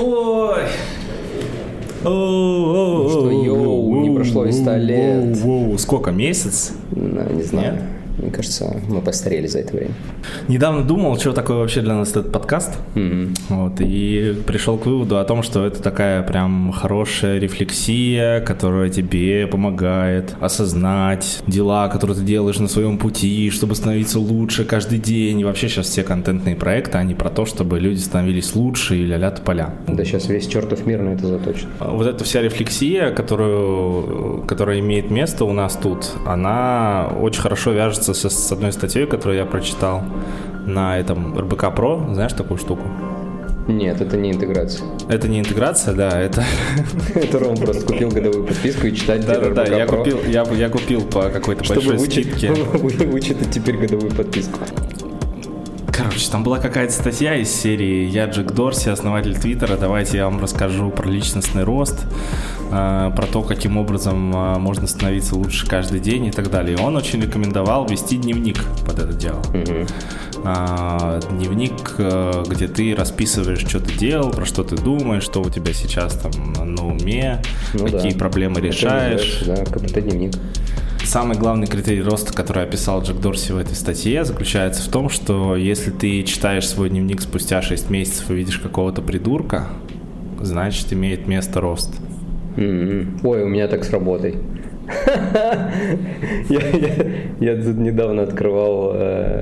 Ой. Что, не прошло и 100 лет. Сколько, месяц? Не знаю. Нет? Мне кажется, мы постарели за это время. Недавно думал, что такое вообще для нас этот подкаст. Вот, и пришел к выводу о том, что это такая прям хорошая рефлексия, которая тебе помогает осознать дела, которые ты делаешь на своем пути, чтобы становиться лучше каждый день. И вообще сейчас все контентные проекты, они про то, чтобы люди становились лучше и ля-ля тополя. Да сейчас весь чертов мир на это заточен. Вот эта вся рефлексия, которая имеет место у нас тут, она очень хорошо вяжется с одной статьей, которую я прочитал на этом РБК Pro. Знаешь такую штуку? Нет, это не интеграция. Это не интеграция, да, это... Это Ром просто купил годовую подписку и читать РБК Pro. Я купил по какой-то большой скидке. Чтобы вычитать теперь годовую подписку. Короче, там была какая-то статья из серии «Я Джек Дорси, основатель Твиттера, давайте я вам расскажу про личностный рост, про то, каким образом можно становиться лучше каждый день и так далее». И он очень рекомендовал вести дневник под это дело. Дневник, где ты расписываешь, что ты делал, про что ты думаешь, что у тебя сейчас там на уме, какие проблемы решаешь. Да, КПТ-дневник. Самый главный критерий роста, который описал Джек Дорси в этой статье, заключается в том, что если ты читаешь свой дневник спустя 6 месяцев и видишь какого-то придурка, значит, имеет место рост. Ой, у меня так с работой. Я тут недавно открывал,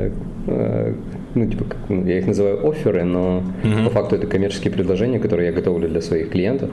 я их называю офферы, но по факту это коммерческие предложения, которые я готовлю для своих клиентов.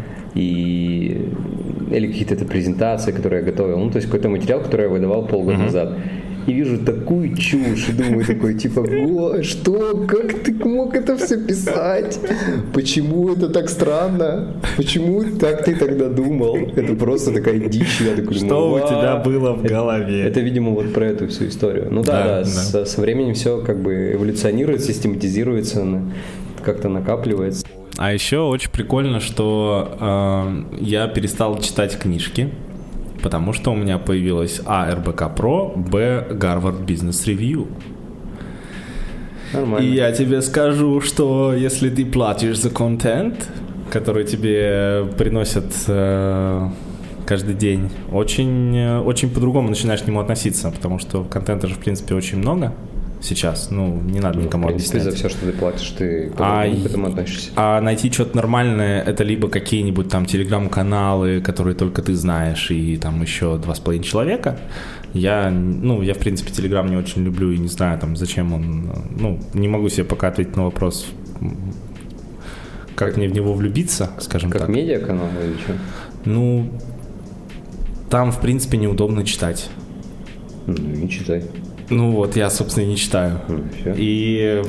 Или какие-то презентации, которые я готовил. Ну, то есть какой-то материал, который я выдавал полгода назад. И вижу такую чушь, и думаю такой, типа, что, как ты мог это все писать? Почему это так странно? Почему так ты тогда думал? Это просто такая дичь. Я такой, что у тебя было в голове? Это, видимо, вот про эту всю историю. Ну да. Со временем все как бы эволюционирует, систематизируется, как-то накапливается. А еще очень прикольно, что я перестал читать книжки, потому что у меня появилась РБК Pro, Harvard Business Review. Нормально. И я тебе скажу, что если ты платишь за контент, который тебе приносят каждый день, очень по-другому начинаешь к нему относиться, потому что контента же, в принципе, очень много. Сейчас, не надо никому объяснять. За все, что ты платишь, ты к этому относишься. А найти что-то нормальное, это либо какие-нибудь там телеграм-каналы, которые только ты знаешь, и там еще 2,5 человека. Я, в принципе, телеграм не очень люблю и не знаю, там, зачем он... не могу себе пока ответить на вопрос, как мне в него влюбиться, скажем так. Как медиаканал или что? Там, в принципе, неудобно читать. Не читай. Я, собственно, не читаю. И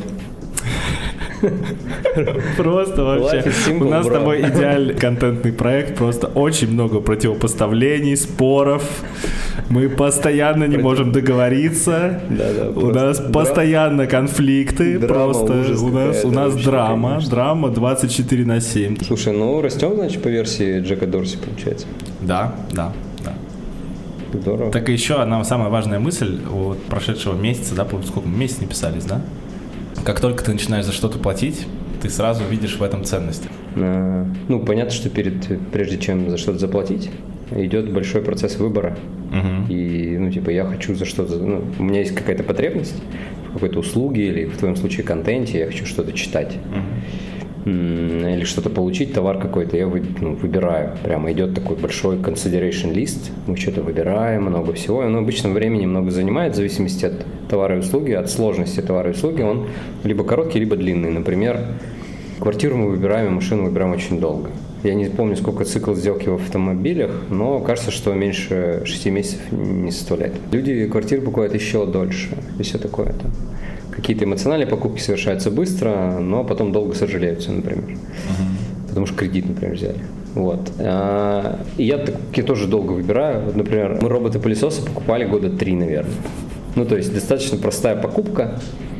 просто вообще у нас с тобой идеальный контентный проект, просто очень много противопоставлений, споров. Мы постоянно не можем договориться. У нас постоянно конфликты. Просто у нас драма 24/7. Слушай, растем, значит, по версии Джека Дорси, получается. Да. Здорово. Так и еще одна самая важная мысль от прошедшего месяца, да, сколько мы месяц не писались, да? Как только ты начинаешь за что-то платить, ты сразу видишь в этом ценность. Понятно, что прежде чем за что-то заплатить, идет большой процесс выбора. И, я хочу за что-то... у меня есть какая-то потребность в какой-то услуге или, в твоем случае, контенте, я хочу что-то читать. Или что-то получить, товар какой-то, я выбираю. Прямо идет такой большой consideration list, мы что-то выбираем, много всего. И он обычно времени много занимает, в зависимости от товара и услуги, от сложности товара и услуги. Он либо короткий, либо длинный. Например, квартиру мы выбираем, машину выбираем очень долго. Я не помню, сколько цикл сделки в автомобилях, но кажется, что меньше 6 месяцев не составляет. Люди квартиры покупают еще дольше, и все такое. Какие-то эмоциональные покупки совершаются быстро, но потом долго сожалеются, например. Потому что кредит, например, взяли. И я тоже долго выбираю. Например, мы роботы-пылесосы покупали года 3, наверное. То есть достаточно простая покупка.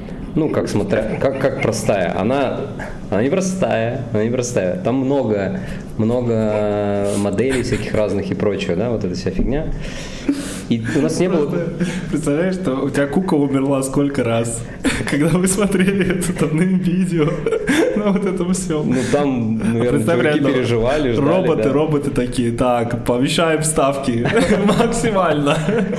Как простая. Она не простая. Там много моделей всяких разных и прочего, да, вот эта вся фигня. И у нас не было... Представляешь, что у тебя кука умерла сколько раз, когда вы смотрели это видео на вот этом всем. Ну, там, наверное, чуваки переживали, ждали. Роботы такие, так, повышаем ставки максимально.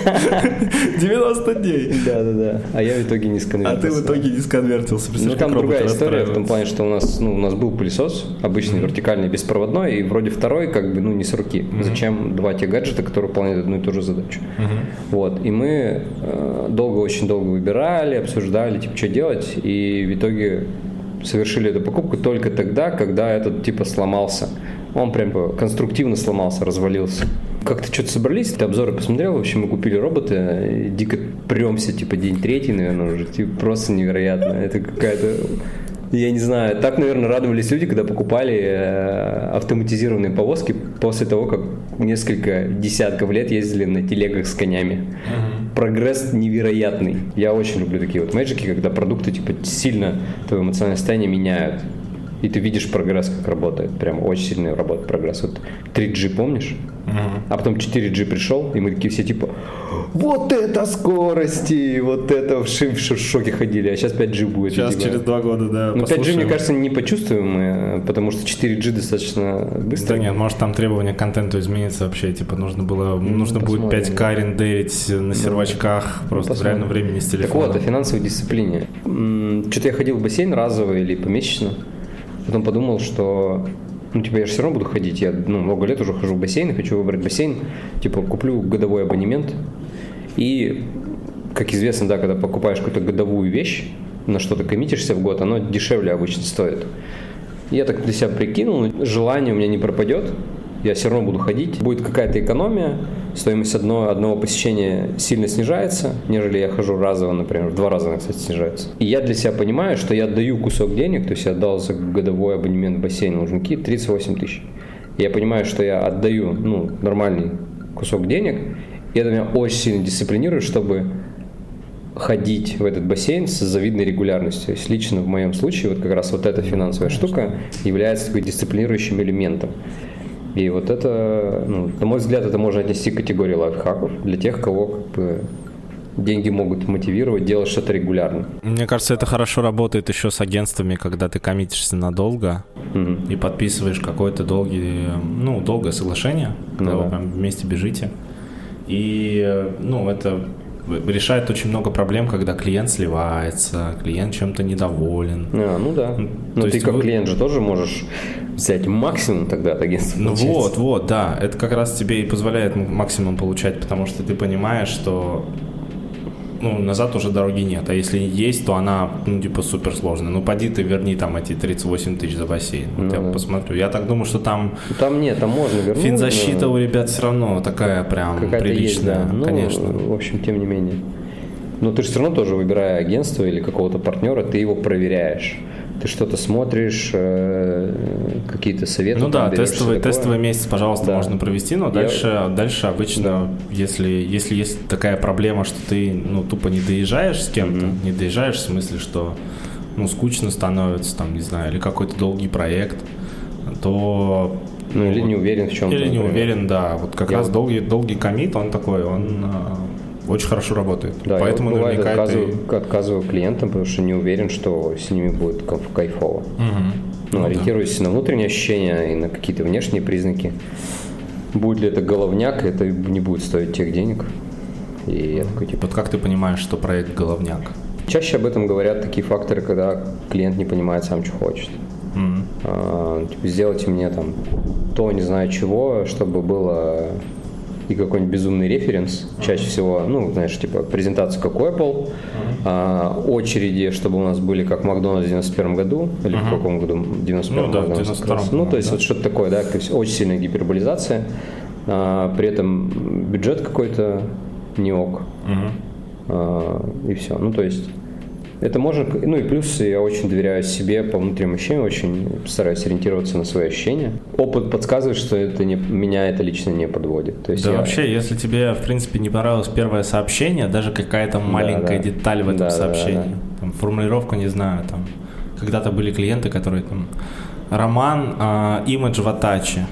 90 дней. Да. А я в итоге не сконвертился. А ты в итоге не сконвертился. Ну, там другая история, в том плане, что у нас был пылесос, обычный вертикальный, беспроводной, и вроде второй, как бы, не с руки. Зачем два те гаджета, которые выполняют одну и ту же задачу? Вот. И мы очень долго выбирали, обсуждали, типа, что делать, и в итоге совершили эту покупку только тогда, когда этот, типа, сломался. Он прям конструктивно сломался, развалился. Как-то что-то собрались, ты обзоры посмотрел, в общем, мы купили робота, дико премся, типа, день третий, наверное, уже, типа, просто невероятно. Это какая-то... Я не знаю, так, наверное, радовались люди, когда покупали автоматизированные повозки после того, как несколько десятков лет ездили на телегах с конями. Прогресс невероятный. Я очень люблю такие вот мэджики, когда продукты типа сильно твое эмоциональное состояние меняют. И ты видишь прогресс, как работает. Прям очень сильный работает прогресс. Вот 3G помнишь? А потом 4G пришел, и мы такие все типа: вот это скорости, вот это в шоке ходили, а сейчас 5G будет. Сейчас через 2 года, да. Но 5G, мне кажется, не почувствуем мы, потому что 4G достаточно быстро. Да нет, может там требования к контенту изменится вообще, типа нужно будет 5К рендерить на сервачках просто в реальном времени с телефона. Так вот, о финансовой дисциплине. Что-то я ходил в бассейн разово или помесячно, потом подумал, что я же все равно буду ходить. Я много лет уже хожу в бассейн и хочу выбрать бассейн. Типа, куплю годовой абонемент. И, как известно, да, когда покупаешь какую-то годовую вещь, на что-то коммитишься в год, оно дешевле обычно стоит. Я так для себя прикинул, желание у меня не пропадет. Я все равно буду ходить. Будет какая-то экономия. Стоимость одного посещения сильно снижается, нежели я хожу разово, например. В 2 раза она, кстати, снижается. И я для себя понимаю, что я отдаю кусок денег, то есть я отдал за годовой абонемент в бассейн Лужники 38 тысяч. И я понимаю, что я отдаю нормальный кусок денег, и это меня очень сильно дисциплинирует, чтобы ходить в этот бассейн с завидной регулярностью. То есть лично в моем случае вот как раз вот эта финансовая штука является такой дисциплинирующим элементом. И вот это, на мой взгляд, это можно отнести к категории лайфхаков для тех, кого как бы деньги могут мотивировать делать что-то регулярно. Мне кажется, это хорошо работает еще с агентствами, когда ты коммитишься надолго и подписываешь какое-то долгое соглашение, когда вы прям вместе бежите. И, это решает очень много проблем, когда клиент сливается, клиент чем-то недоволен. Да. Но ты как клиент же тоже можешь взять максимум тогда от агентства. Да. Это как раз тебе и позволяет максимум получать, потому что ты понимаешь, что назад уже дороги нет. А если есть, то она, супер сложная. Поди ты верни там эти 38 тысяч за бассейн. Я посмотрю. Я так думаю, что там нет, там можно вернуть. Финзащита у ребят все равно такая прям приличная, есть, да. Конечно. В общем, тем не менее. Но ты же все равно тоже, выбирая агентство или какого-то партнера, ты его проверяешь. Ты что-то смотришь, какие-то советы. Тестовый месяц, пожалуйста, можно провести, но дальше обычно, если есть такая проблема, что ты тупо не доезжаешь с кем-то, не доезжаешь в смысле, что скучно становится, там, не знаю, или какой-то долгий проект, то... или не уверен в чем-то. Или не уверен, да. Вот как раз долгий коммит, он очень хорошо работает. Да, поэтому я бывает наверняка отказываю клиентам, потому что не уверен, что с ними будет кайфово. Ориентируюсь на внутренние ощущения и на какие-то внешние признаки. Будет ли это головняк, это не будет стоить тех денег. И я такой, Вот как ты понимаешь, что проект головняк? Чаще об этом говорят такие факторы, когда клиент не понимает сам, что хочет. Сделайте мне там то, не знаю чего, чтобы было... и какой-нибудь безумный референс, чаще всего, презентацию как у Apple, очереди, чтобы у нас были как Макдональдс в 91 году, или в каком году? В 91-м. В 92-м. То есть вот что-то такое, да, то есть очень сильная гиперболизация, при этом бюджет какой-то не ок, и все, то есть это можно, и плюс я очень доверяю себе по внутренним ощущениям, очень стараюсь ориентироваться на свои ощущения. Опыт подсказывает, что меня это лично не подводит. То есть вообще, если тебе, в принципе, не понравилось первое сообщение, даже какая-то маленькая деталь в этом сообщении, там, формулировку, не знаю, там, когда-то были клиенты, которые там, Роман, имидж в атаче.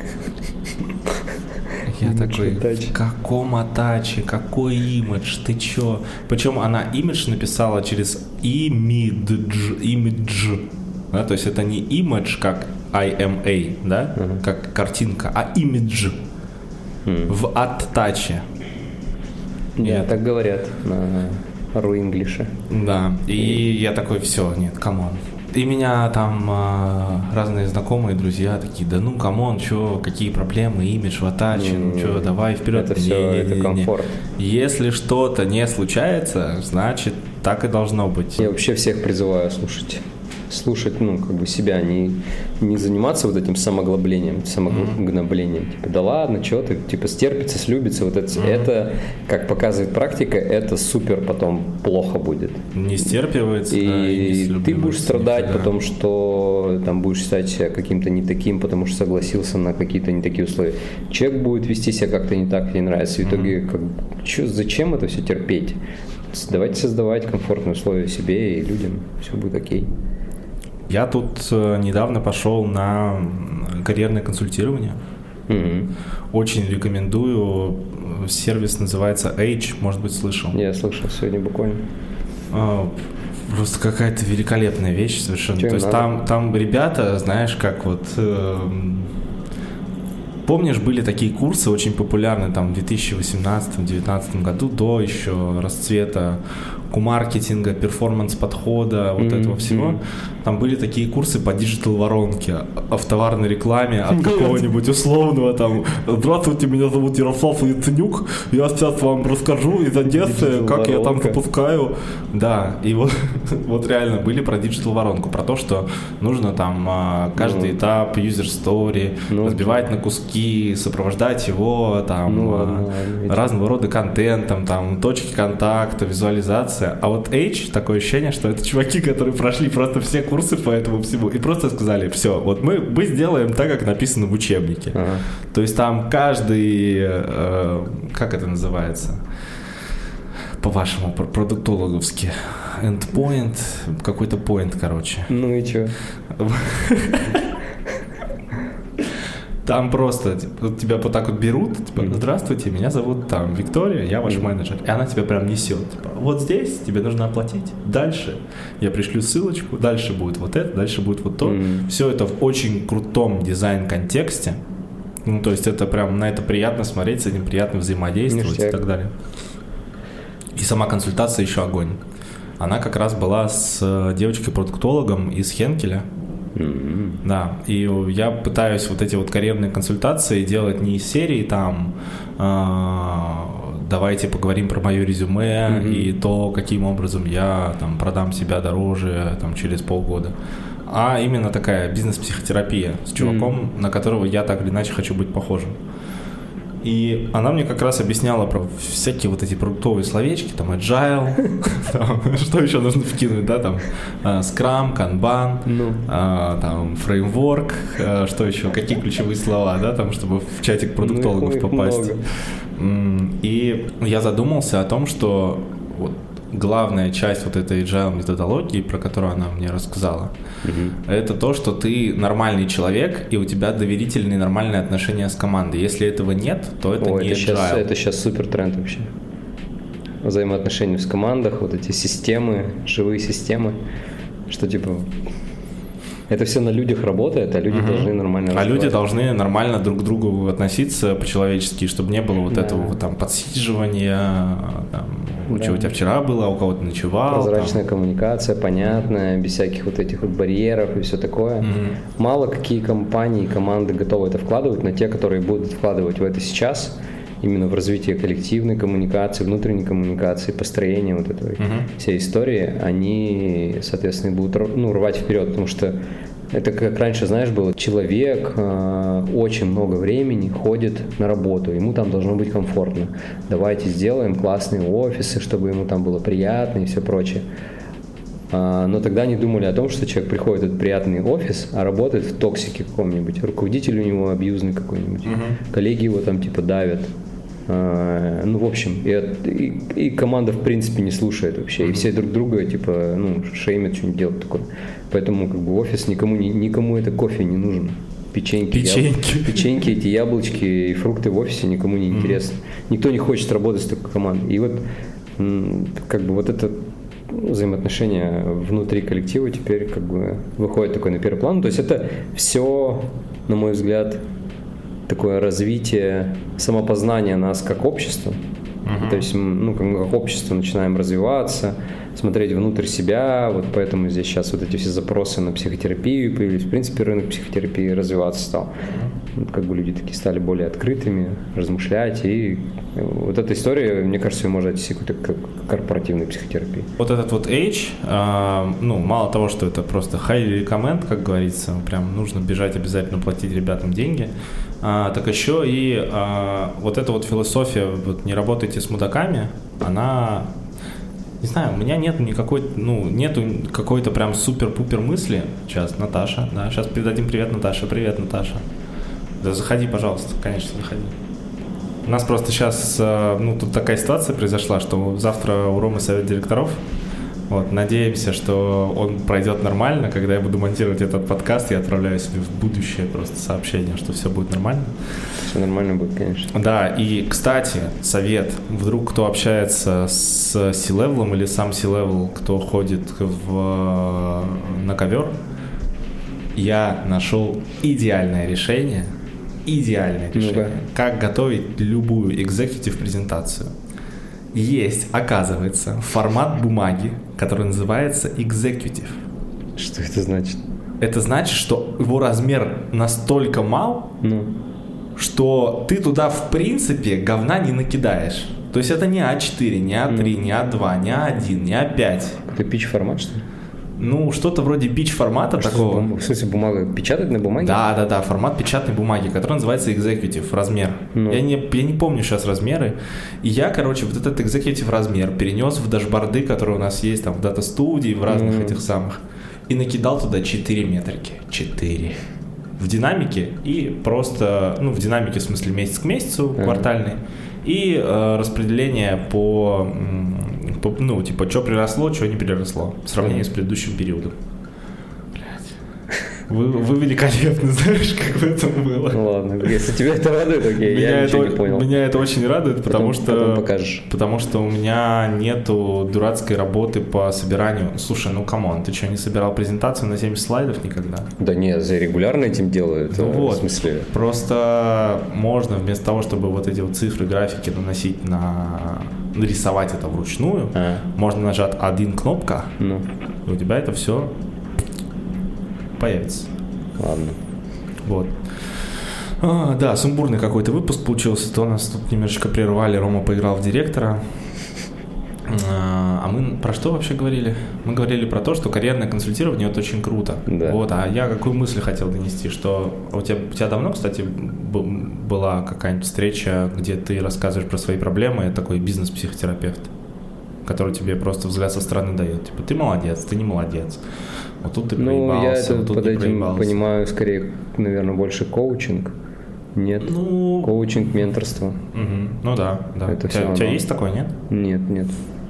Я такой, в каком атаче, какой имидж, ты чё? Причем она имидж написала через имидж. да, то есть это не image как IMA, да, как картинка, а image в оттаче. Так говорят на RU-инглише. Да, и я такой, все, нет, камон. И меня там разные знакомые, друзья такие, да ну камон, что, какие проблемы, имидж в атаче, ну что, давай вперед. Это все, это комфорт. Если что-то не случается, значит так и должно быть. Я вообще всех призываю слушать, себя, не заниматься вот этим самогноблением. Типа, да ладно, что ты, типа, стерпится, слюбится, вот это, как показывает практика, это супер потом плохо будет. Не стерпивается, и ты будешь страдать, потому что там будешь считать себя каким-то не таким, потому что согласился на какие-то не такие условия. Человек будет вести себя как-то не так, не нравится. В итоге, зачем это все терпеть? Давайте создавать комфортные условия себе и людям, все будет окей. Я тут недавно пошел на карьерное консультирование. Очень рекомендую. Сервис называется Age, может быть, слышал. Я слышал сегодня буквально. Просто какая-то великолепная вещь совершенно. То есть там ребята, знаешь, как вот... Помнишь, были такие курсы очень популярные там в 2018-2019 году, до еще расцвета маркетинга, перформанс-подхода, вот этого всего. Там были такие курсы по диджитал-воронке, в товарной рекламе от какого-нибудь условного там: здравствуйте, меня зовут Ярослав Яценюк, я сейчас вам расскажу из Одессы, как я там запускаю. Да, и вот реально были про диджитал-воронку, про то, что нужно там каждый этап user story разбивать на куски, сопровождать его там разного рода контентом, там точки контакта, визуализация. А вот H, такое ощущение, что это чуваки, которые прошли просто все курсы по этому всему и просто сказали: все, вот мы сделаем так, как написано в учебнике. То есть там каждый, как это называется, по-вашему, продуктологовски, endpoint, какой-то point, короче. Ну и чё? Там просто тебя вот так вот берут, типа: здравствуйте, меня зовут там Виктория, я ваш менеджер. И она тебя прям несет. Типа: вот здесь тебе нужно оплатить. Дальше я пришлю ссылочку, дальше будет вот это, дальше будет вот то. Все это в очень крутом дизайн-контексте. Ну, то есть это прям, на это приятно смотреть, с этим приятно взаимодействовать и так далее. И сама консультация еще огонь. Она как раз была с девочкой-продуктологом из Хенкеля. Да, и я пытаюсь вот эти вот карьерные консультации делать не из серии там давайте поговорим про мое резюме и то, каким образом я там продам себя дороже там через полгода, а именно такая бизнес-психотерапия с чуваком, на которого я так или иначе хочу быть похожим. И она мне как раз объясняла про всякие вот эти продуктовые словечки, там agile, что еще нужно вкинуть, да, там Scrum, Kanban, там фреймворк, что еще, какие ключевые слова, да, там, чтобы в чатик продуктологов попасть. И я задумался о том, что вот главная часть вот этой agile методологии, про которую она мне рассказала, это то, что ты нормальный человек, и у тебя доверительные нормальные отношения с командой. Если этого нет, то это не agile. Это сейчас супер тренд вообще. Взаимоотношения в командах, вот эти системы, живые системы, что типа... Это все на людях работает, а люди должны нормально разговаривать. А люди должны нормально друг к другу относиться по-человечески, чтобы не было вот этого вот там подсиживания, там, что у тебя вчера было, а у кого-то ночевал. Прозрачная там. коммуникация, понятная, без всяких вот этих вот барьеров и все такое. Мало какие компании и команды готовы это вкладывать, но те, которые будут вкладывать в это сейчас, именно в развитие коллективной коммуникации, внутренней коммуникации, построения вот этой всей истории, они, соответственно, будут рвать вперед, потому что это как раньше, знаешь, было, человек очень много времени ходит на работу, ему там должно быть комфортно. Давайте сделаем классные офисы, чтобы ему там было приятно и все прочее. Но тогда они думали о том, что человек приходит в этот приятный офис, а работает в токсике каком-нибудь, руководитель у него абьюзный какой-нибудь, коллеги его там типа давят. В общем, и команда в принципе не слушает вообще, и все друг друга типа, шеймят, что-нибудь делают такое. Поэтому как бы офис никому это кофе не нужен. Печеньки, эти яблочки и фрукты в офисе никому не интересны. Никто не хочет работать с такой командой. И вот как бы вот это взаимоотношения внутри коллектива теперь как бы выходит такой на первый план. То есть это все, на мой взгляд, такое развитие, самопознание нас как общества. То есть, как общество начинаем развиваться, смотреть внутрь себя, вот поэтому здесь сейчас вот эти все запросы на психотерапию появились. В принципе, рынок психотерапии развиваться стал. Вот как бы люди такие стали более открытыми, размышлять, и вот эта история, мне кажется, ее можно отнести к какой-то корпоративной психотерапии. Вот этот вот H, мало того, что это просто highly recommend, как говорится, прям нужно бежать, обязательно платить ребятам деньги, так еще и вот эта вот философия, вот не работайте с мудаками, она, не знаю, у меня нету никакой, нету какой-то прям супер-пупер мысли. Сейчас, Наташа, да, сейчас передадим привет Наташе. Привет, Наташа. Да заходи, пожалуйста, конечно, заходи. У нас просто сейчас, тут такая ситуация произошла, что завтра у Ромы совет директоров. Вот, надеемся, что он пройдет нормально. Когда я буду монтировать этот подкаст, я отправляю себе в будущее просто сообщение, что все будет нормально. Все нормально будет, конечно. Да, и, кстати, совет. Вдруг кто общается с C-Level или сам C-Level, кто ходит на ковер, я нашел идеальное решение, как готовить любую экзекутив-презентацию. Есть, оказывается, формат бумаги, который называется executive. Что это значит? Это значит, что его размер настолько мал, что ты туда, в принципе, говна не накидаешь. То есть это не А4, не А3, не А2, не А1, не А5. Это пич-формат, что ли? Что-то вроде пич-формата такого. В смысле, бумага печатать на бумаге? Да, формат печатной бумаги, который называется executive, размер. Я не помню сейчас размеры. И я, вот этот executive размер перенес в дашборды, которые у нас есть там в дата-студии, в разных этих самых, и накидал туда 4 метрики. 4. В динамике и просто, в динамике в смысле месяц к месяцу, квартальный, и распределение по что приросло, что не переросло в сравнении с предыдущим периодом. Вы великолепны, знаешь, как в этом было. Ну ладно, если тебя это радует, окей, я ничего не понял. Меня это очень радует, потому что у меня нету дурацкой работы по собиранию. Слушай, камон, ты что, не собирал презентацию на 70 слайдов никогда? Да нет, я регулярно этим делаю. В смысле? Просто можно вместо того, чтобы вот эти вот цифры, графики наносить нарисовать это вручную, можно нажать один кнопка, и у тебя это все появится. Ладно. Вот. Да, сумбурный какой-то выпуск получился. То нас тут немножечко прервали. Рома поиграл в директора. А мы про что вообще говорили? Мы говорили про то, что карьерное консультирование это очень круто. Да. Вот, а я какую мысль хотел донести, что у тебя давно, кстати, была какая-нибудь встреча, где ты рассказываешь про свои проблемы, это такой бизнес-психотерапевт, который тебе просто взгляд со стороны дает. Типа, ты молодец, ты не молодец. Вот тут ты проебался, я это вот тут под не этим проебался. понимаю скорее, наверное, больше коучинг. Нет, коучинг, менторство. Да. Это у тебя есть такое, нет? Нет.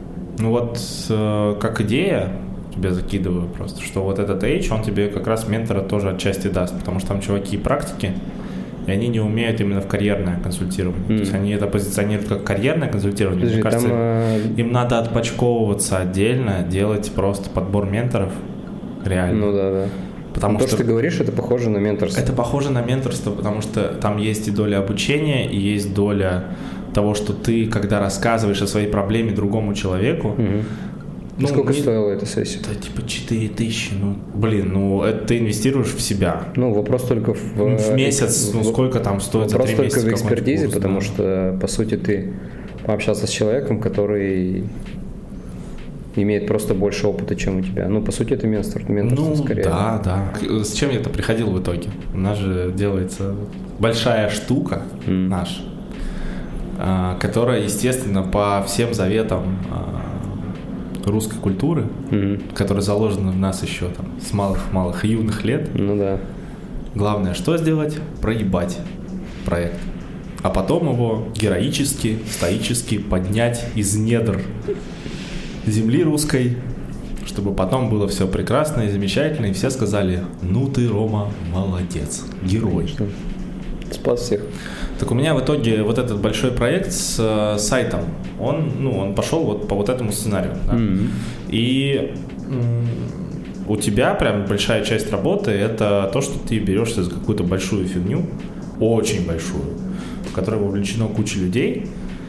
Как идея тебе закидываю просто, что вот этот H, он тебе как раз ментора тоже отчасти даст, потому что там чуваки и практики, и они не умеют именно в карьерное консультирование. То есть они это позиционируют как карьерное консультирование. Мне кажется, им надо отпочковываться отдельно, делать просто подбор менторов. Реально. Да. Потому что ты говоришь, это похоже на менторство. Это похоже на менторство, потому что там есть и доля обучения, и есть доля того, что ты, когда рассказываешь о своей проблеме другому человеку... Сколько стоила эта сессия? Да, типа 4000, это ты инвестируешь в себя. Вопрос только в месяц, сколько там стоит за 3 месяца. Вопрос только в экспертизе, потому что, по сути, ты пообщался с человеком, который имеет просто больше опыта, чем у тебя. По сути, это менторство скорее. Да. С чем я-то приходил в итоге? У нас же делается большая штука наша, которая, естественно, по всем заветам русской культуры, которая заложена в нас еще там с малых юных лет. Да. Главное, что сделать? Проебать проект. А потом его героически, стоически поднять из недр земли русской, чтобы потом было все прекрасно и замечательно, и все сказали: ты, Рома, молодец, герой. Спас всех. Так у меня в итоге вот этот большой проект с сайтом, он пошел вот по вот этому сценарию. Да? И у тебя прям большая часть работы — это то, что ты берешься за какую-то большую фигню, очень большую, в которой вовлечено куча людей.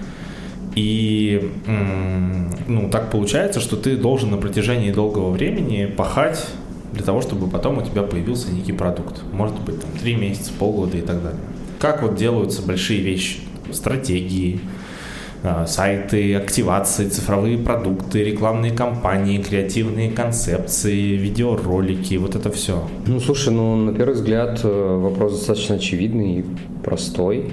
И так получается, что ты должен на протяжении долгого времени пахать для того, чтобы потом у тебя появился некий продукт. Может быть, 3 месяца, полгода и так далее. Как вот делаются большие вещи? Стратегии, сайты, активации, цифровые продукты, рекламные кампании, креативные концепции, видеоролики, вот это все. Слушай, на первый взгляд вопрос достаточно очевидный и простой.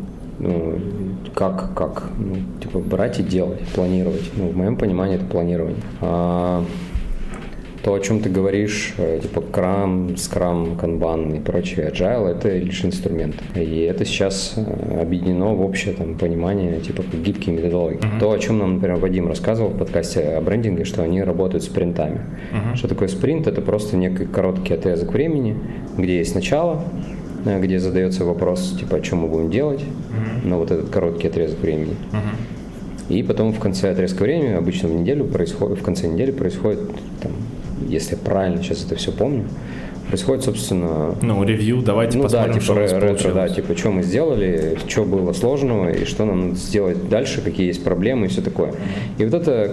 Как? Брать и делать, планировать. В моем понимании это планирование. То, о чем ты говоришь, Scrum, Kanban и прочее, Agile, это лишь инструмент. И это сейчас объединено в общее понимание, как гибкие методологии. То, о чем нам, например, Вадим рассказывал в подкасте о брендинге, что они работают спринтами. Что такое спринт? Это просто некий короткий отрезок времени, где есть начало, где задается вопрос, о чем мы будем делать, на вот этот короткий отрезок времени. И потом в конце отрезка времени, обычно в конце недели происходит, если я правильно сейчас это все помню, происходит, собственно... ревью, давайте посмотрим, что у нас получилось. Что мы сделали, что было сложного, и что нам надо сделать дальше, какие есть проблемы и все такое. И вот это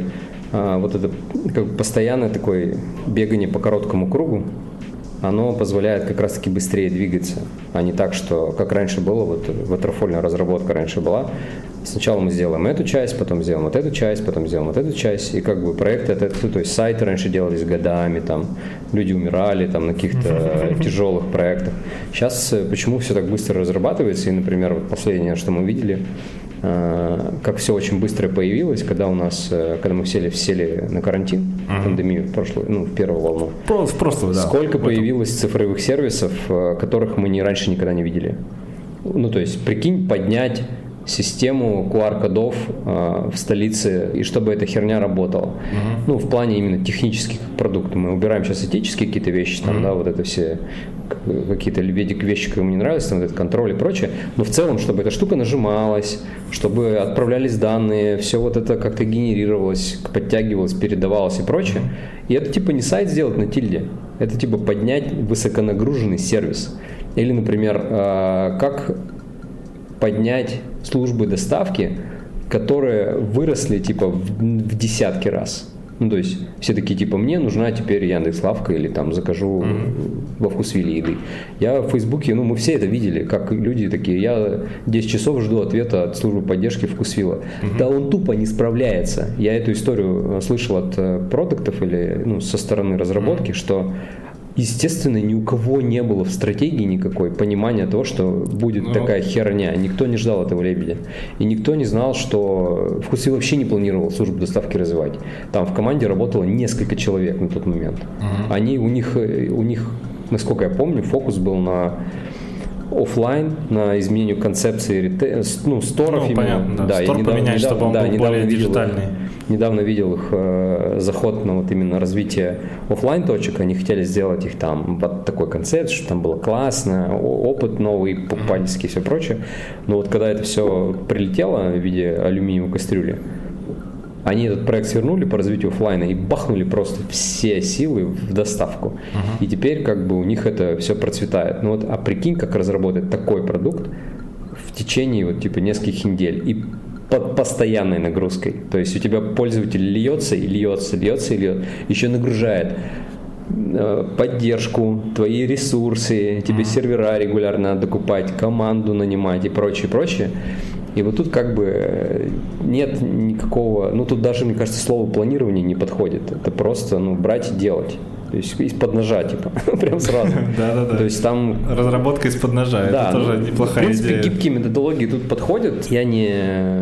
постоянное такое бегание по короткому кругу, оно позволяет как раз-таки быстрее двигаться, а не так, что, как раньше было, ватерфольная разработка раньше была. Сначала мы сделаем эту часть, потом сделаем вот эту часть, потом сделаем вот эту часть, и проекты, то есть сайты раньше делались годами, люди умирали на каких-то тяжелых проектах. Сейчас почему все так быстро разрабатывается, и, например, последнее, что мы видели, как все очень быстро появилось, когда мы сели на карантин, пандемию в первую волну. Сколько появилось цифровых сервисов, которых мы раньше никогда не видели. То есть, прикинь, поднять систему QR-кодов в столице, и чтобы эта херня работала. В плане именно технических продуктов. Мы убираем сейчас этические какие-то вещи, вот это все какие-то вещи, которые мне не нравятся, вот этот контроль и прочее, но в целом, чтобы эта штука нажималась, чтобы отправлялись данные, все вот это как-то генерировалось, подтягивалось, передавалось и прочее. И это не сайт сделать на тильде, это поднять высоконагруженный сервис. Или, например, как поднять службы доставки, которые выросли в десятки раз. То есть все такие мне нужна теперь Яндекс.Лавка или закажу во Вкусвилле еды. Я в Фейсбуке, мы все это видели, как люди такие, я 10 часов жду ответа от службы поддержки Вкусвилла. Да он тупо не справляется. Я эту историю слышал от продуктов или со стороны разработки, что естественно, ни у кого не было в стратегии никакой понимания того, что будет такая херня. Никто не ждал этого лебедя. И никто не знал, что Вкусвилл вообще не планировал службу доставки развивать. Там в команде работало несколько человек на тот момент. У них, насколько я помню, фокус был на офлайн, на изменению концепции сторов. Понятно, да. Стор поменять, чтобы он был более диджитальный. Недавно видел их заход на именно развитие офлайн точек. Они хотели сделать их под такой концепт, что там было классно, опыт новый, покупательский и все прочее. Но когда это все прилетело в виде алюминиевой кастрюли, они этот проект свернули по развитию офлайна и бахнули просто все силы в доставку. И теперь у них это все процветает. А прикинь, как разработать такой продукт в течение нескольких недель и под постоянной нагрузкой. То есть у тебя пользователь льется, еще нагружает поддержку, твои ресурсы, тебе сервера регулярно надо докупать, команду нанимать и прочее. И вот тут нет никакого, тут даже, мне кажется, слово планирование не подходит. Это просто, брать и делать. То есть из-под ножа, прям сразу. Да. То есть там... Разработка из-под ножа, это тоже неплохая идея. В принципе, гибкие методологии тут подходят. Я не,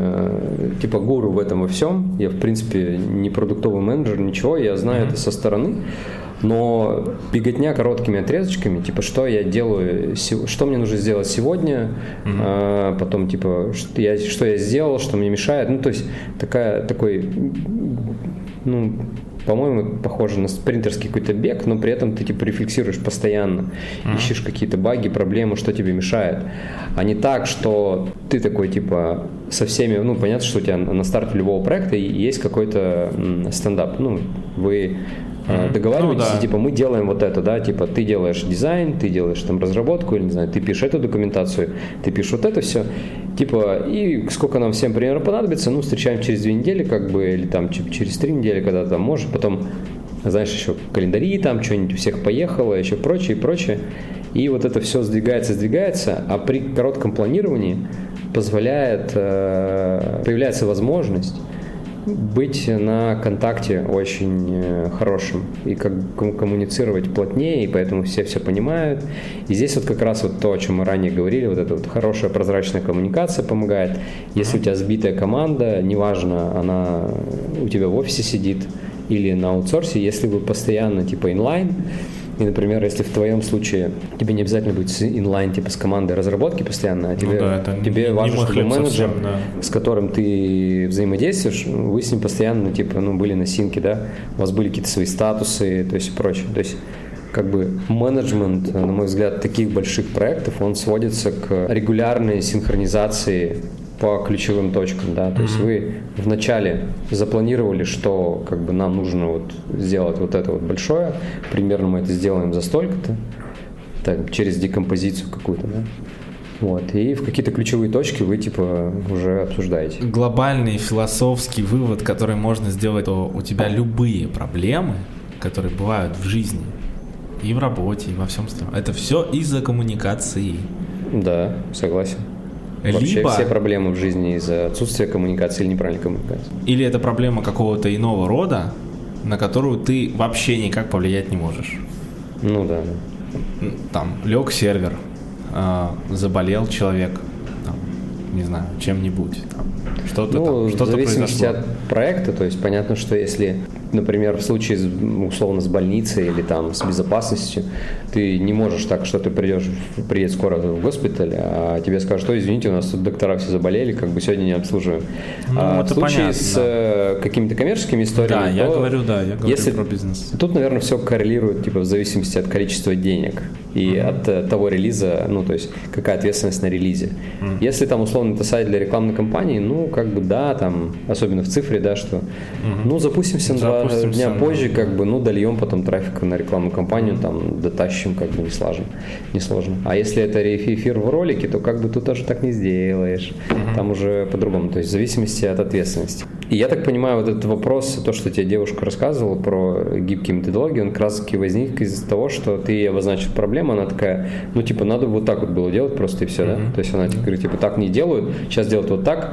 гуру в этом во всем. Я, в принципе, не продуктовый менеджер, ничего. Я знаю это со стороны. Но беготня короткими отрезочками, что я делаю, что мне нужно сделать сегодня, потом, что я сделал, что мне мешает. То есть, такой по-моему, похоже на спринтерский какой-то бег, но при этом ты типа рефлексируешь постоянно, ищешь какие-то баги, проблемы, что тебе мешает. А не так, что ты такой типа со всеми, ну, понятно, что у тебя на старте любого проекта есть какой-то стендап. Ну, вы договариваетесь, типа, мы делаем вот это, да, типа, ты делаешь дизайн, ты делаешь там разработку, или, не знаю, ты пишешь эту документацию, ты пишешь вот это все, типа, и сколько нам всем примерно понадобится, ну, встречаем через 2 недели, как бы, или там через 3 недели, когда там можешь, потом, знаешь, еще календари там, что-нибудь у всех поехало, еще прочее, и вот это все сдвигается, а при коротком планировании появляется возможность быть на контакте очень хорошим и как коммуницировать плотнее, и поэтому все понимают. И здесь вот как раз вот то, о чем мы ранее говорили, вот эта вот хорошая прозрачная коммуникация помогает. Если у тебя сбитая команда, неважно, она у тебя в офисе сидит или на аутсорсе, если вы постоянно типа инлайн, и, например, если в твоем случае тебе не обязательно быть инлайн, типа с командой разработки постоянно, а тебе важно, чтобы менеджер, с которым ты взаимодействуешь, вы с ним постоянно, типа, ну, были на синке, да, у вас были какие-то свои статусы, то есть и прочее. То есть как бы менеджмент, на мой взгляд, таких больших проектов, он сводится к регулярной синхронизации по ключевым точкам, да, то есть вы вначале запланировали, что как бы нам нужно вот сделать вот это вот большое, примерно мы это сделаем за столько-то, так, через декомпозицию какую-то, да, вот, и в какие-то ключевые точки вы типа уже обсуждаете. Глобальный философский вывод, который можно сделать, что у тебя любые проблемы, которые бывают в жизни, и в работе, и во всем остальном, это все из-за коммуникации. Да, согласен. Вообще Либо все проблемы в жизни из-за отсутствия коммуникации или неправильной коммуникации. Или это проблема какого-то иного рода, на которую ты вообще никак повлиять не можешь. Ну да. Там лег сервер, заболел человек, там, не знаю, чем-нибудь. Там, что-то в зависимости произошло. от проекта, то есть понятно, что если, например, в случае условно с больницей или там с безопасностью, ты не можешь так, что ты приедет скоро в госпиталь, а тебе скажут, что извините, у нас тут доктора все заболели, как бы сегодня не обслуживаем. Ну, в случае с какими-то коммерческими историями, да, я говорю если, про бизнес. Тут, наверное, все коррелирует типа в зависимости от количества денег и от того релиза, ну, то есть какая ответственность на релизе. Если там условно это сайт для рекламной кампании, ну, как бы да, там, особенно в цифре, да, что, ну, запустимся на 2 дня позже, как бы, ну, дольем потом трафик на рекламную кампанию, там, дотащим, как бы, несложно. А если это эфир в ролике, то как бы тут тоже так не сделаешь. Там уже по-другому, то есть в зависимости от ответственности. И я так понимаю, вот этот вопрос, то, что тебе девушка рассказывала про гибкие методологии, он как раз таки возник из-за того, что ты ей обозначил проблему, она такая, ну, типа, надо вот так вот было делать просто и все, да? То есть она говорит, типа, так не делают, сейчас делают вот так.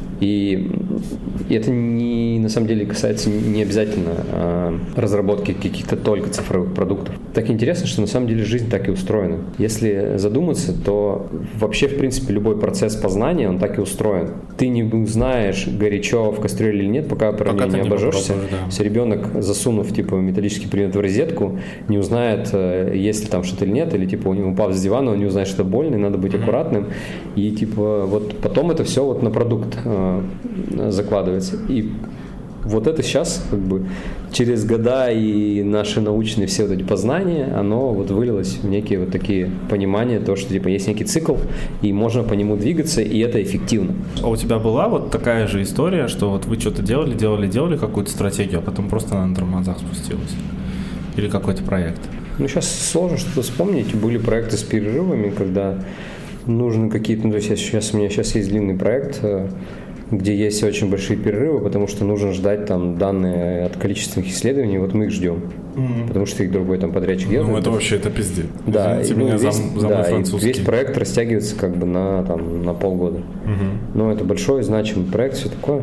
И это на самом деле касается не обязательно разработки каких-то только цифровых продуктов. Так интересно, что на самом деле жизнь так и устроена. Если задуматься, то вообще, в принципе, любой процесс познания, он так и устроен. Ты не узнаешь, горячо в кастрюле или нет, пока про нее не обожжешься. Если ребенок, засунув типа металлический предмет в розетку, не узнает, есть ли там что-то или нет, или типа упав с дивана, он не узнает, что это больно, и надо быть аккуратным. И типа вот потом это все вот на продукт закладывается. И вот это сейчас как бы через года и наши научные все вот эти познания, оно вот вылилось в некие вот такие понимания, то, что типа есть некий цикл, и можно по нему двигаться, и это эффективно. А у тебя была вот такая же история, что вот вы что-то делали какую-то стратегию, а потом просто на тормозах спустилась? Или какой-то проект? Ну, сейчас сложно что-то вспомнить. Были проекты с перерывами, когда нужны какие-то... Ну, то есть у меня сейчас есть длинный проект, где есть очень большие перерывы, потому что нужно ждать там данные от количественных исследований, вот мы их ждем, потому что их другой там подрядчик делает. Ну, это вообще это пиздец. Да, извините меня за мой французский. Весь проект растягивается как бы на полгода. Но это большой, значимый проект, все такое.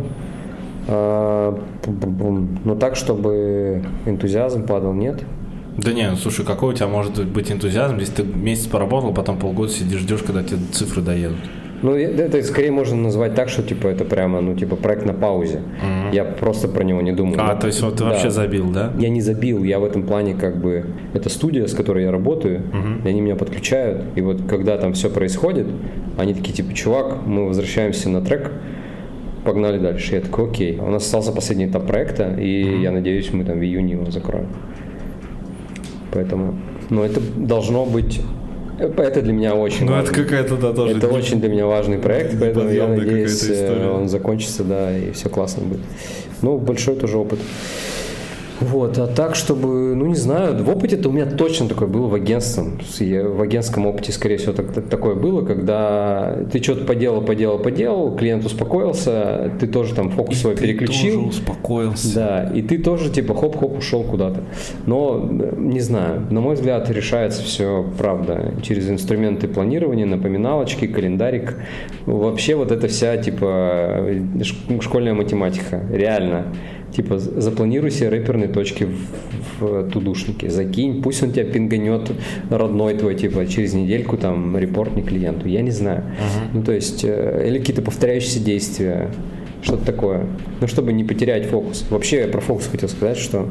Но так, чтобы энтузиазм падал, нет. Да не, ну слушай, какой у тебя может быть энтузиазм, если ты месяц поработал, потом полгода сидишь, ждешь, когда тебе цифры доедут? Ну, это скорее можно назвать так, что типа это прямо, ну, типа проект на паузе. Я просто про него не думаю. То есть вот ты вообще забил, да? Я не забил, я в этом плане как бы... Это студия, с которой я работаю, и они меня подключают, и вот когда там все происходит, они такие, типа, чувак, мы возвращаемся на трек, погнали дальше. Я такой, окей. У нас остался последний этап проекта, и я надеюсь, мы там в июне его закроем. Поэтому, это должно быть... Это для меня очень важно. Это какая-то, да, тоже... Это очень для меня важный проект, поэтому я надеюсь, он закончится, да, и все классно будет. Большой тоже опыт. Вот, а так, чтобы, не знаю, в опыте-то у меня точно такое было в агентстве. В агентском опыте, скорее всего, такое было, когда ты что-то поделал, клиент успокоился, ты тоже там фокус свой переключил. Ты тоже успокоился. Да, и ты тоже типа хоп-хоп ушел куда-то. Но, не знаю, на мой взгляд, решается все, правда, через инструменты планирования, напоминалочки, календарик. Вообще вот эта вся, типа, школьная математика, реально. Типа, запланируй себе рэперные точки в тудушнике, закинь, пусть он тебя пинганет родной твой, типа, через недельку там репортни клиенту, я не знаю. То есть, или какие-то повторяющиеся действия, что-то такое. Чтобы не потерять фокус. Вообще, я про фокус хотел сказать, что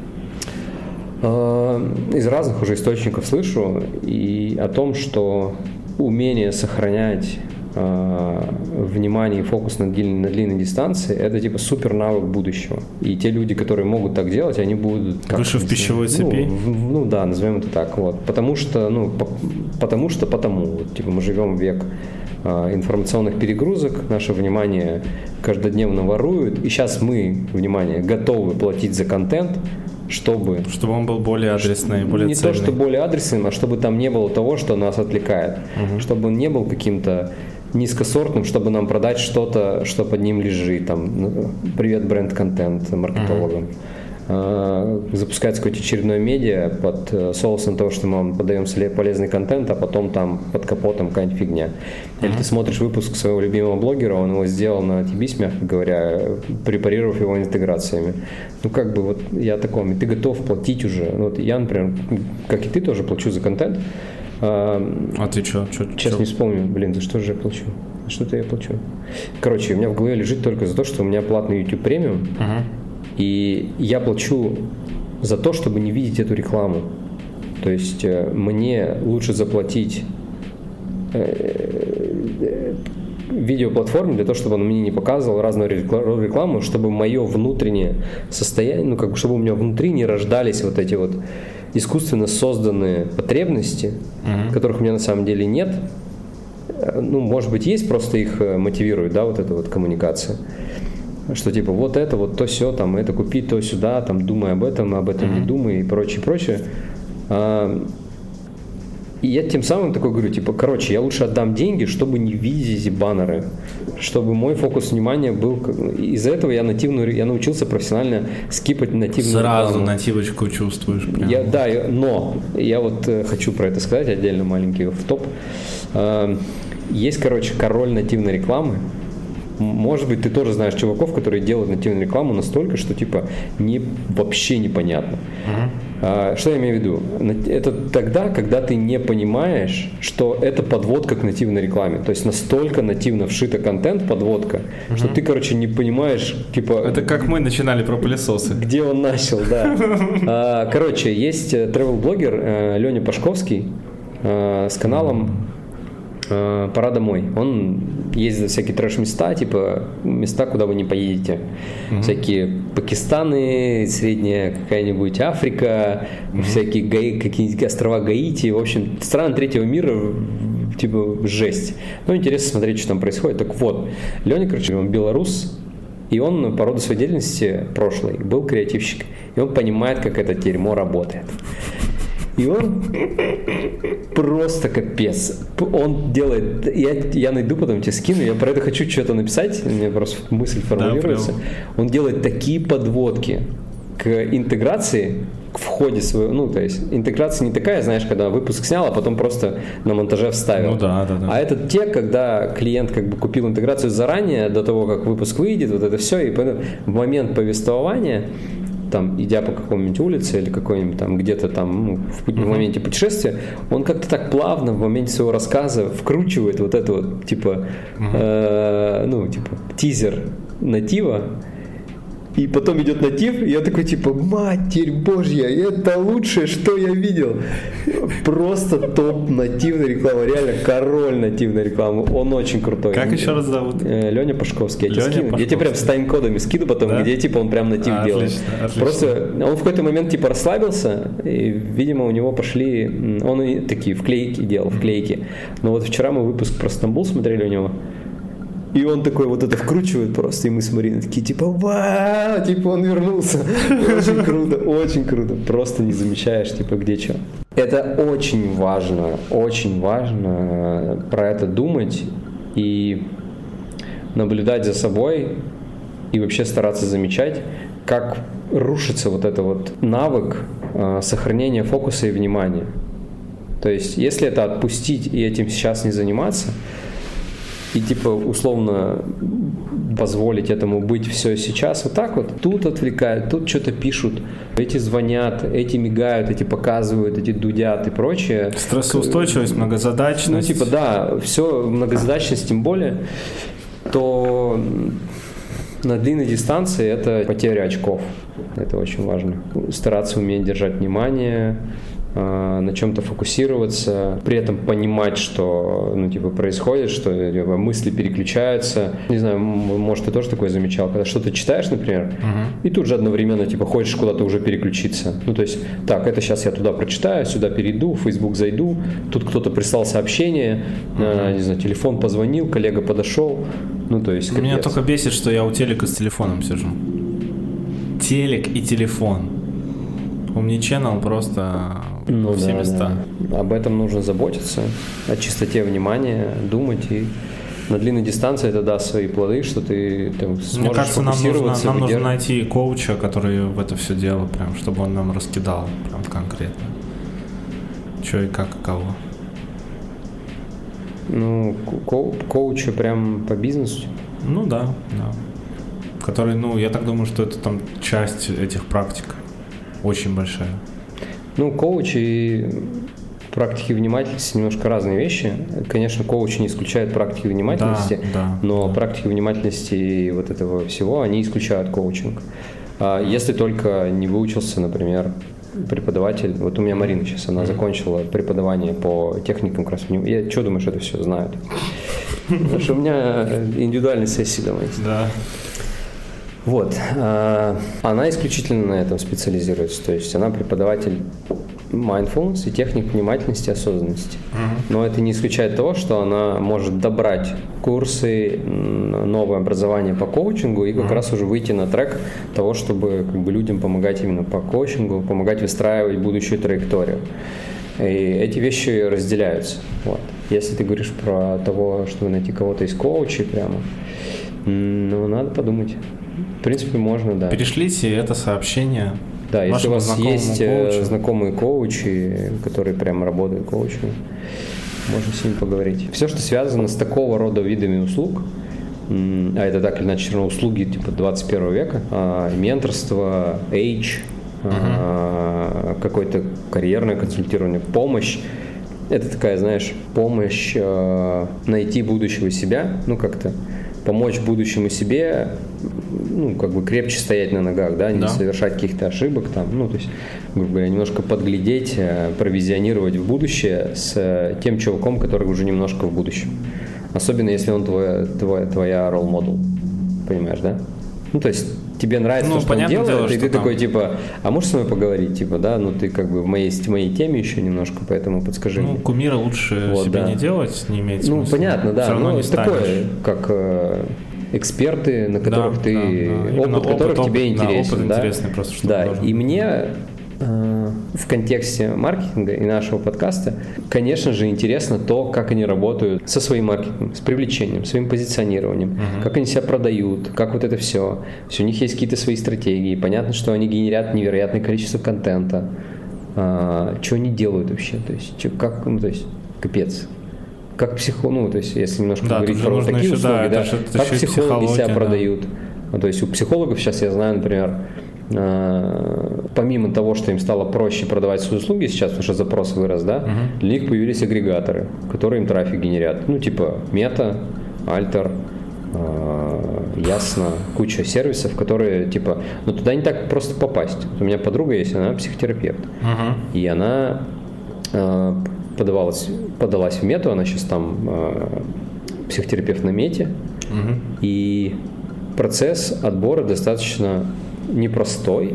из разных уже источников слышу и о том, что умение сохранять внимание и фокус на длинной дистанции, это типа супер навык будущего. И те люди, которые могут так делать, они будут... Выше в пищевой цепи? Да, назовем это так. Вот. Потому что. Вот, типа мы живем в век информационных перегрузок, наше внимание каждодневно воруют, и сейчас мы, внимание, готовы платить за контент, чтобы он был более адресный, более цельный. Не то, что более адресным, а чтобы там не было того, что нас отвлекает. Чтобы он не был каким-то низкосортным, чтобы нам продать что-то, что под ним лежит. Там, привет, бренд-контент маркетологам. Запускается какое-то очередное медиа под соусом того, что мы вам подаем полезный контент, а потом там под капотом какая-нибудь фигня. Или ты смотришь выпуск своего любимого блогера, он его сделал на TBS, мягко говоря, препарировав его интеграциями. Я таком, и ты готов платить уже. Вот я, например, как и ты, тоже плачу за контент. А ты что? Сейчас не вспомню, за что же я плачу? Что-то я плачу. Короче, у меня в голове лежит только за то, что у меня платный YouTube премиум, и я плачу за то, чтобы не видеть эту рекламу. То есть мне лучше заплатить видеоплатформе для того, чтобы он мне не показывал разную рекламу, чтобы мое внутреннее состояние, чтобы у меня внутри не рождались вот эти вот искусственно созданные потребности, которых у меня на самом деле нет. Может быть, есть, просто их мотивирует, да, вот эта вот коммуникация. Что типа вот это, вот то сё, там, это купи, то сюда, там, думай об этом не думай и прочее. И я тем самым такой говорю, типа, я лучше отдам деньги, чтобы не видеть эти баннеры, чтобы мой фокус внимания был... Из-за этого я научился профессионально скипать нативную Сразу рекламу. нативочку чувствуешь. Прям. Но я вот хочу про это сказать отдельно, маленький в-топ. Есть, король нативной рекламы. Может быть, ты тоже знаешь чуваков, которые делают нативную рекламу настолько, что типа вообще непонятно. Что я имею в виду? Это тогда, когда ты не понимаешь, что это подводка к нативной рекламе. То есть настолько нативно вшита контент, подводка, что ты, не понимаешь, типа... Это как мы начинали про пылесосы. Где он начал, да. Есть travel-блогер Леня Пашковский с каналом «Пора домой». Он ездит в всякие трэш-места, типа места, куда вы не поедете. Всякие Пакистаны, средняя какая-нибудь Африка, всякие какие-нибудь острова Гаити. В общем, страны третьего мира, типа жесть. Интересно смотреть, что там происходит. Так вот, Леня, он белорус, и он по роду своей деятельности прошлый был креативщик. И он понимает, как это дерьмо работает. И он просто капец. Он делает... Я найду, потом тебе скину. Я про это хочу что-то написать. У меня просто мысль формулируется. Да, он делает такие подводки к интеграции, к входе своего... то есть интеграция не такая, знаешь, когда выпуск снял, а потом просто на монтаже вставил. Да. А это те, когда клиент купил интеграцию заранее, до того, как выпуск выйдет, вот это все, и в момент повествования, там, идя по какой-нибудь улице или какой-нибудь там где-то там в моменте путешествия, он как-то так плавно в моменте своего рассказа вкручивает вот это вот типа тизер натива, и потом идет натив, и я такой, типа, Матерь Божья, это лучшее, что я видел. Просто топ нативной рекламы, реально король нативной рекламы, он очень крутой. Как еще раз зовут? Леня Пашковский. Я тебе прям с тайм-кодами скину потом, да? Где, типа, он прям натив делает. Отлично. Просто он в какой-то момент, типа, расслабился, и, видимо, у него пошли, он и такие вклейки делал, вклейки. Но вот вчера мы выпуск про Стамбул смотрели у него, и он такой вот это вкручивает просто, и мы с Мариной такие, типа, вау, типа, он вернулся. Очень круто, просто не замечаешь, типа, где что. Это очень важно про это думать и наблюдать за собой, и вообще стараться замечать, как рушится вот этот вот навык сохранения фокуса и внимания. То есть, если это отпустить и этим сейчас не заниматься, и типа условно позволить этому быть все сейчас вот так вот, тут отвлекают, тут что-то пишут, эти звонят, эти мигают, эти показывают, эти дудят и прочее. Стрессоустойчивость, многозадачность. Ну типа да, все, многозадачность тем более, то на длинной дистанции это потеря очков. Это очень важно. Стараться уметь держать внимание, на чем-то фокусироваться, при этом понимать, что, ну, типа, происходит, что типа, мысли переключаются. Не знаю, может, ты тоже такое замечал, когда что-то читаешь, например, и тут же одновременно, типа, хочешь куда-то уже переключиться. Ну, то есть, так, это сейчас я туда прочитаю, сюда перейду, в Facebook зайду, тут кто-то прислал сообщение, не знаю, телефон позвонил, коллега подошел, ну, то есть, капец. Меня только бесит, что я у телека с телефоном сижу. Телек и телефон. Omnichannel просто все места. Да. Об этом нужно заботиться, о чистоте внимания, думать, и на длинной дистанции это даст свои плоды, что ты там сможешь Мне кажется, фокусироваться. Нам нужно найти коуча, который в это все дело, прям, чтобы он нам раскидал прям конкретно. Что и как, и кого. Ну, коуча прям по бизнесу? Ну да. Который, ну, я так думаю, что это там часть этих практик. Очень большая. Ну, коуч и практики внимательности немножко разные вещи. Конечно, коуч не исключает практики внимательности, но практики внимательности и вот этого всего, они исключают коучинг. Если только не выучился, например, преподаватель, вот у меня Марина сейчас, она закончила преподавание по техникам как раз. Я что думаешь, это все знают? Потому что у меня индивидуальные сессии дома есть. Да. Вот. Она исключительно на этом специализируется. То есть она преподаватель mindfulness и техник внимательности и осознанности. Но это не исключает того, что она может добрать курсы, новое образование по коучингу и как раз уже выйти на трек того, чтобы как бы людям помогать именно по коучингу, помогать выстраивать будущую траекторию. И эти вещи разделяются. Вот. Если ты говоришь про того, чтобы найти кого-то из коучей прямо, ну, надо подумать. В принципе, можно, да. Перешлите это сообщение. Да, если у вас есть знакомые коучи, которые прямо работают коучами, можно с ними поговорить. Все, что связано с такого рода видами услуг, а это так или иначе все равно услуги типа 21 века, менторство, какое-то карьерное консультирование, помощь. Это такая, знаешь, помощь найти будущего себя, ну как-то помочь будущему себе, ну, как бы крепче стоять на ногах, да, не совершать каких-то ошибок, там, ну, то есть, грубо говоря, немножко подглядеть, провизионировать в будущее с тем чуваком, который уже немножко в будущем. Особенно, если он твоя role model, понимаешь, да? Ну, то есть, тебе нравится то, что он делает, и ты такой, типа, а можешь со мной поговорить, типа, да, ну, ты как бы в моей теме еще немножко, поэтому подскажи мне. Ну, кумира лучше вот, себе не делать, не имеет смысла. Ну, понятно, да, но это такое, как эксперты, на которых опыт которых тебе интересен. Опыт интересный просто, что и мне в контексте маркетинга и нашего подкаста, конечно же, интересно то, как они работают со своим маркетингом, с привлечением, своим позиционированием, как они себя продают, как вот это все. У них есть какие-то свои стратегии. Понятно, что они генерят невероятное количество контента. Что они делают вообще? То есть, капец. Как то есть, если немножко говорить про такие услуги, как психологи себя продают. То есть, у психологов сейчас, я знаю, например, помимо того, что им стало проще продавать свои услуги сейчас, потому что запрос вырос, да, для них появились агрегаторы, которые им трафик генерят. Ну, типа Мета, Альтер, Ясно, куча сервисов, которые, типа, ну, туда не так просто попасть. У меня подруга есть, она психотерапевт. И она подалась в Мету, она сейчас там психотерапевт на Мете. И процесс отбора достаточно непростой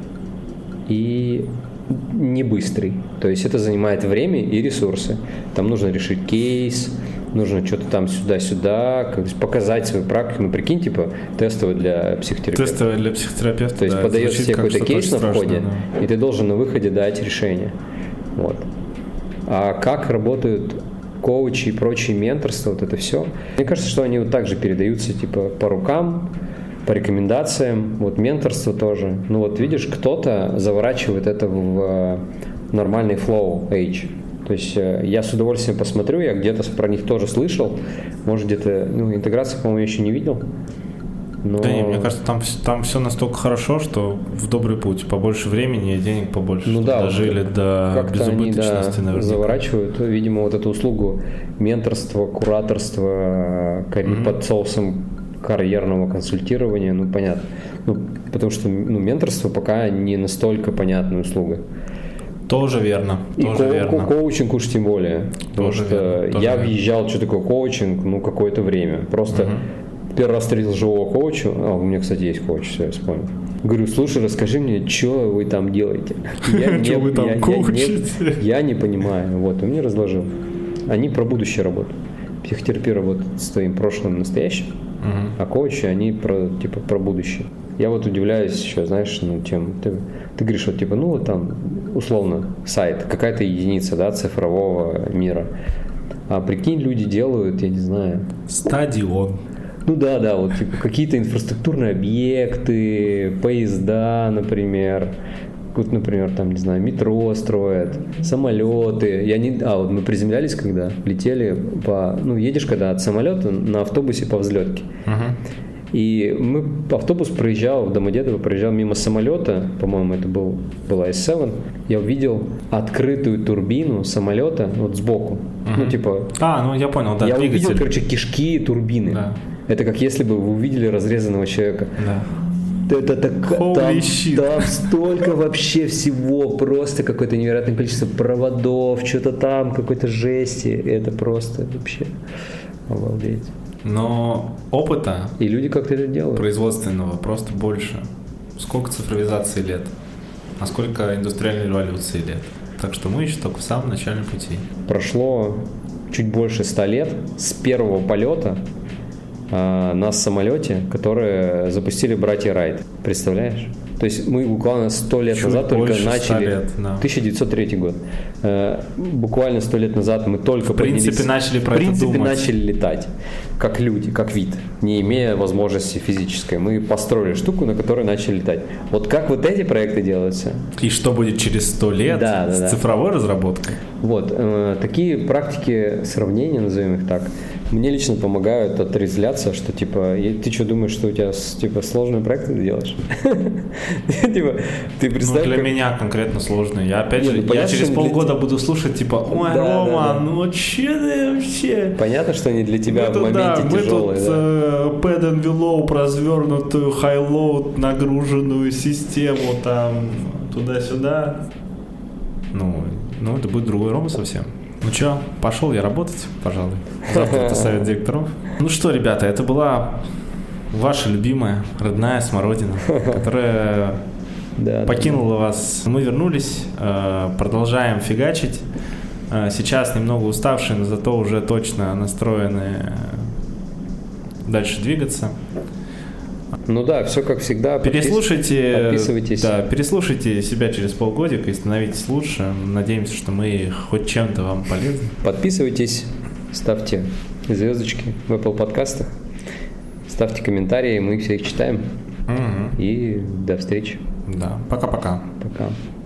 и не быстрый. То есть это занимает время и ресурсы. Там нужно решить кейс, нужно что-то там сюда-сюда, показать свою практику. Ну, прикинь, типа, тестовый для психотерапевта. Тестовый для психотерапевта, то есть да, подается тебе какой-то кейс на входе, да. И ты должен на выходе дать решение. Вот. А как работают коучи и прочие менторства, вот это все. Мне кажется, что они вот так же передаются, типа, по рукам, по рекомендациям, вот менторство тоже. Ну вот видишь, кто-то заворачивает это в нормальный flow age. То есть я с удовольствием посмотрю, я где-то про них тоже слышал, может где-то, ну, интеграции, по-моему, я еще не видел. Но... Да не, мне кажется, там все настолько хорошо, что в добрый путь. Побольше времени и денег побольше. Ну да, дожили до безубыточности, наверное. Заворачивают, видимо, вот эту услугу менторства, кураторства под соусом карьерного консультирования, ну, понятно. Ну, потому что менторство пока не настолько понятная услуга. Тоже верно. И коучинг уж тем более. Потому что я въезжал, что такое коучинг, ну, какое-то время. Просто первый раз встретил живого коуча. У меня, кстати, есть коуч, все, я вспомнил. Говорю, слушай, расскажи мне, что вы там делаете? Что вы там коучите? Я не понимаю. Вот, он мне разложил. Они про будущее работают. Психотерапия работает с твоим прошлым и настоящим, а коучи, они про будущее. Я вот удивляюсь еще, знаешь, тем, ты говоришь, вот типа, ну вот там, условно, сайт, какая-то единица, да, цифрового мира. А прикинь, люди делают, я не знаю... Стадион. Ну да, вот типа какие-то инфраструктурные объекты, поезда, например. Вот, например, там, не знаю, метро строят, самолеты. Вот мы приземлялись, когда летели едешь когда от самолета на автобусе по взлетке. И автобус проезжал в Домодедово, проезжал мимо самолета, по-моему, это была S7. Я увидел открытую турбину самолета вот сбоку. Ну, типа... я понял, да, я двигатель. Увидел, кишки турбины. Да. Это как если бы вы увидели разрезанного человека. Да. Там столько вообще всего, просто какое-то невероятное количество проводов, что-то там, какой-то жести. Это просто вообще обалдеть. Но опыта и люди как-то это делают. Производственного просто больше. Сколько цифровизации лет, а сколько индустриальной революции лет. Так что мы еще только в самом начале пути. Прошло чуть больше 100 лет с первого полета на самолете, которые запустили братья Райт. Представляешь? То есть мы буквально 100 лет назад только начали... 1903 год. Буквально 100 лет назад мы только начали летать. Как люди, как вид, не имея возможности физической. Мы построили штуку, на которой начали летать. Вот как вот эти проекты делаются? И что будет через 100 лет с цифровой разработкой? Вот. Такие практики сравнения, назовем их так, мне лично помогают отрезвляться, что типа, ты что думаешь, что у тебя типа сложные проекты ты делаешь? Ты представь, для меня конкретно сложные. Я опять же, я через полгода буду слушать типа, ой, Рома, ну че ты вообще? Понятно, что они для тебя в моменте тяжелые. Мы тут pad envelope, развернутую high-load, нагруженную систему там туда-сюда. Ну, это будет другой Рома совсем. Ну что, пошел я работать, пожалуй. Завтра это совет директоров. Ну что, ребята, это была ваша любимая родная смородина, которая покинула вас. Мы вернулись, продолжаем фигачить. Сейчас немного уставшие, но зато уже точно настроены дальше двигаться. Ну да, все как всегда. Подписывайтесь. Да, переслушайте себя через полгодика и становитесь лучше. Надеемся, что мы хоть чем-то вам полезны. Подписывайтесь, ставьте звездочки в Apple подкастах, ставьте комментарии, мы все их читаем. И до встречи. Да, пока-пока. Пока.